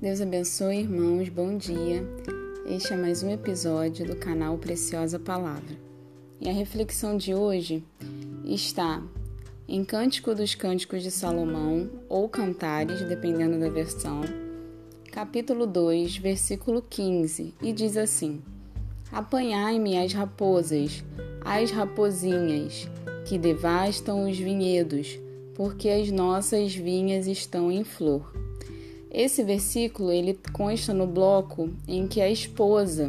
Deus abençoe, irmãos, bom dia. Este é mais um episódio do canal Preciosa Palavra. E a reflexão de hoje está em Cântico dos Cânticos de Salomão, ou Cantares, dependendo da versão, capítulo 2, versículo 15, e diz assim: Apanhai-me as raposas, as rapozinhas, que devastam os vinhedos, porque as nossas vinhas estão em flor. Esse versículo ele consta no bloco em que a esposa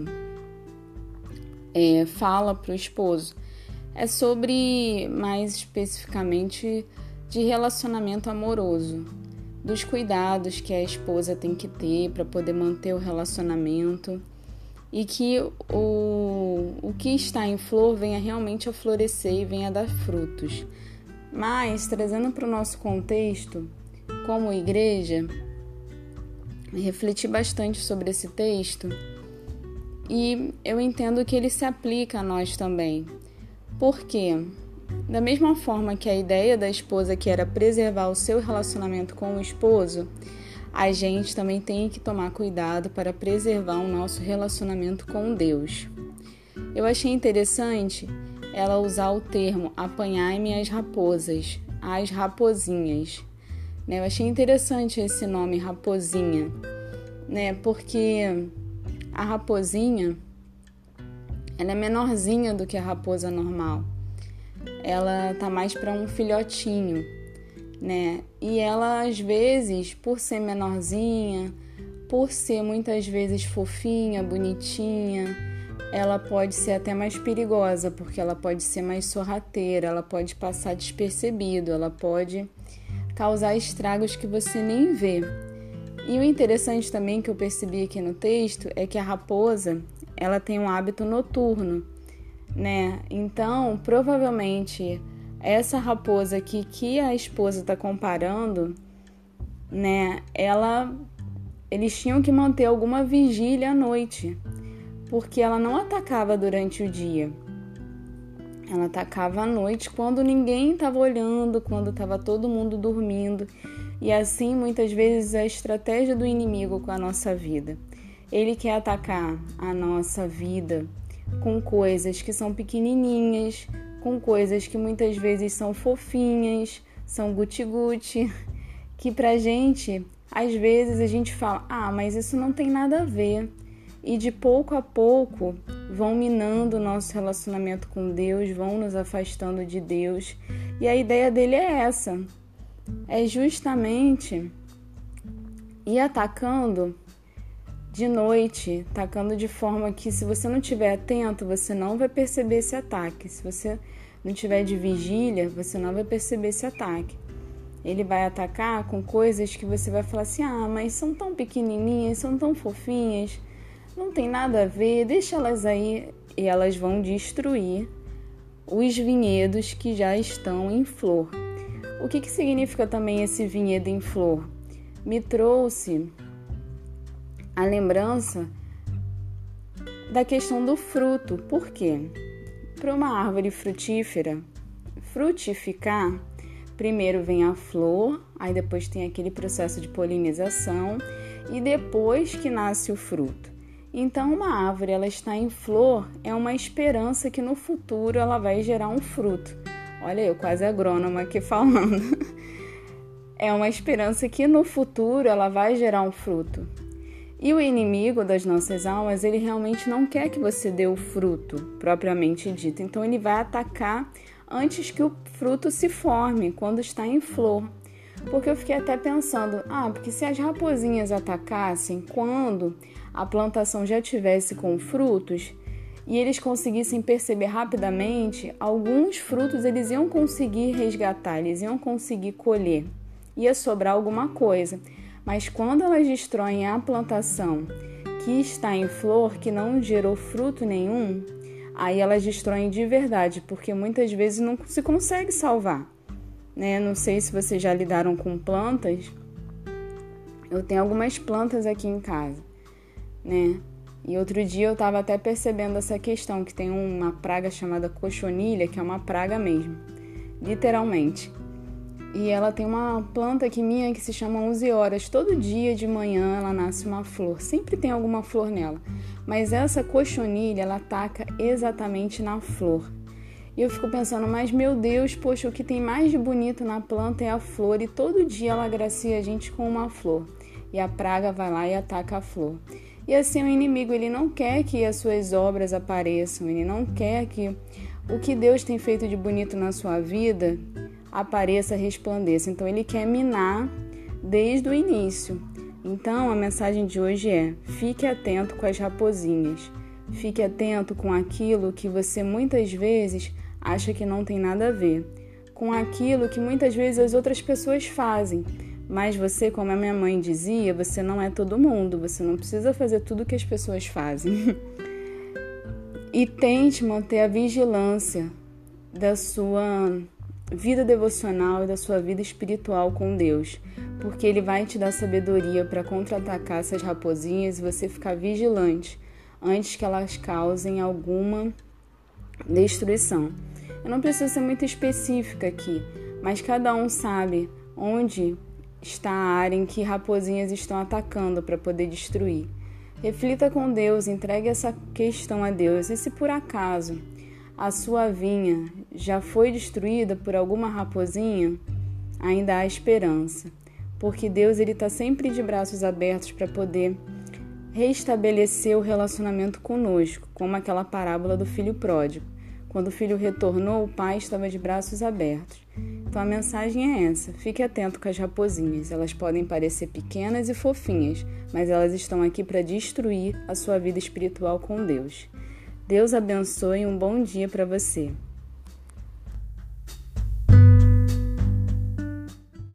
fala para o esposo. É sobre, mais especificamente, de relacionamento amoroso, dos cuidados que a esposa tem que ter para poder manter o relacionamento e que o que está em flor venha realmente a florescer e venha a dar frutos. Mas, trazendo para o nosso contexto, como igreja, refleti bastante sobre esse texto e eu entendo que ele se aplica a nós também. Por quê? Da mesma forma que a ideia da esposa que era preservar o seu relacionamento com o esposo, a gente também tem que tomar cuidado para preservar o nosso relacionamento com Deus. Eu achei interessante ela usar o termo apanhai-me as raposas, as rapozinhas. Eu achei interessante esse nome, rapozinha, porque a rapozinha ela é menorzinha do que a raposa normal. Ela tá mais para um filhotinho, E ela, às vezes, por ser menorzinha, por ser muitas vezes fofinha, bonitinha, ela pode ser até mais perigosa, porque ela pode ser mais sorrateira, ela pode passar despercebido, ela pode causar estragos que você nem vê. E o interessante também que eu percebi aqui no texto é que a raposa, ela tem um hábito noturno, Então, provavelmente, essa raposa aqui que a esposa está comparando, eles tinham que manter alguma vigília à noite, porque ela não atacava durante o dia. Ela atacava à noite quando ninguém estava olhando, quando estava todo mundo dormindo. E assim, muitas vezes, a estratégia do inimigo com a nossa vida. Ele quer atacar a nossa vida com coisas que são pequenininhas, com coisas que muitas vezes são fofinhas, são guti-guti, que pra gente, às vezes, a gente fala, mas isso não tem nada a ver. E de pouco a pouco vão minando o nosso relacionamento com Deus, vão nos afastando de Deus. E a ideia dele é essa, é justamente ir atacando de noite, atacando de forma que, se você não estiver atento, você não vai perceber esse ataque. Se você não estiver de vigília, você não vai perceber esse ataque. Ele vai atacar com coisas que você vai falar assim, mas são tão pequenininhas, são tão fofinhas, não tem nada a ver, deixa elas aí. E elas vão destruir os vinhedos que já estão em flor. O que significa também esse vinhedo em flor? Me trouxe a lembrança da questão do fruto. Por quê? Para uma árvore frutífera frutificar, primeiro vem a flor, aí depois tem aquele processo de polinização e depois que nasce o fruto. Então, uma árvore, ela está em flor, é uma esperança que no futuro ela vai gerar um fruto. Olha, eu quase agrônoma aqui falando. É uma esperança que no futuro ela vai gerar um fruto. E o inimigo das nossas almas, ele realmente não quer que você dê o fruto, propriamente dito. Então, ele vai atacar antes que o fruto se forme, quando está em flor. Porque eu fiquei até pensando, porque se as raposinhas atacassem quando a plantação já tivesse com frutos e eles conseguissem perceber rapidamente, alguns frutos eles iam conseguir resgatar, eles iam conseguir colher, ia sobrar alguma coisa. Mas quando elas destroem a plantação que está em flor, que não gerou fruto nenhum, aí elas destroem de verdade, porque muitas vezes não se consegue salvar. Não sei se vocês já lidaram com plantas. Eu tenho algumas plantas aqui em casa, E outro dia eu estava até percebendo essa questão, que tem uma praga chamada cochonilha, que é uma praga mesmo, literalmente. E ela tem uma planta aqui minha que se chama 11 horas. Todo dia de manhã ela nasce uma flor. Sempre tem alguma flor nela. Mas essa cochonilha, ela ataca exatamente na flor. E eu fico pensando, mas meu Deus, poxa, o que tem mais de bonito na planta é a flor. E todo dia ela agracia a gente com uma flor. E a praga vai lá e ataca a flor. E assim o inimigo, ele não quer que as suas obras apareçam. Ele não quer que o que Deus tem feito de bonito na sua vida apareça, resplandeça. Então ele quer minar desde o início. Então a mensagem de hoje é: fique atento com as raposinhas. Fique atento com aquilo que você muitas vezes acha que não tem nada a ver, com aquilo que muitas vezes as outras pessoas fazem. Mas você, como a minha mãe dizia, você não é todo mundo, você não precisa fazer tudo que as pessoas fazem. E tente manter a vigilância da sua vida devocional e da sua vida espiritual com Deus, porque Ele vai te dar sabedoria para contra-atacar essas raposinhas e você ficar vigilante antes que elas causem alguma destruição. Eu não preciso ser muito específica aqui, mas cada um sabe onde está a área em que raposinhas estão atacando para poder destruir. Reflita com Deus, entregue essa questão a Deus. E se por acaso a sua vinha já foi destruída por alguma raposinha, ainda há esperança, porque Deus está sempre de braços abertos para poder restabelecer o relacionamento conosco, como aquela parábola do filho pródigo. Quando o filho retornou, o pai estava de braços abertos. Então a mensagem é essa: fique atento com as raposinhas. Elas podem parecer pequenas e fofinhas, mas elas estão aqui para destruir a sua vida espiritual com Deus. Deus abençoe e um bom dia para você.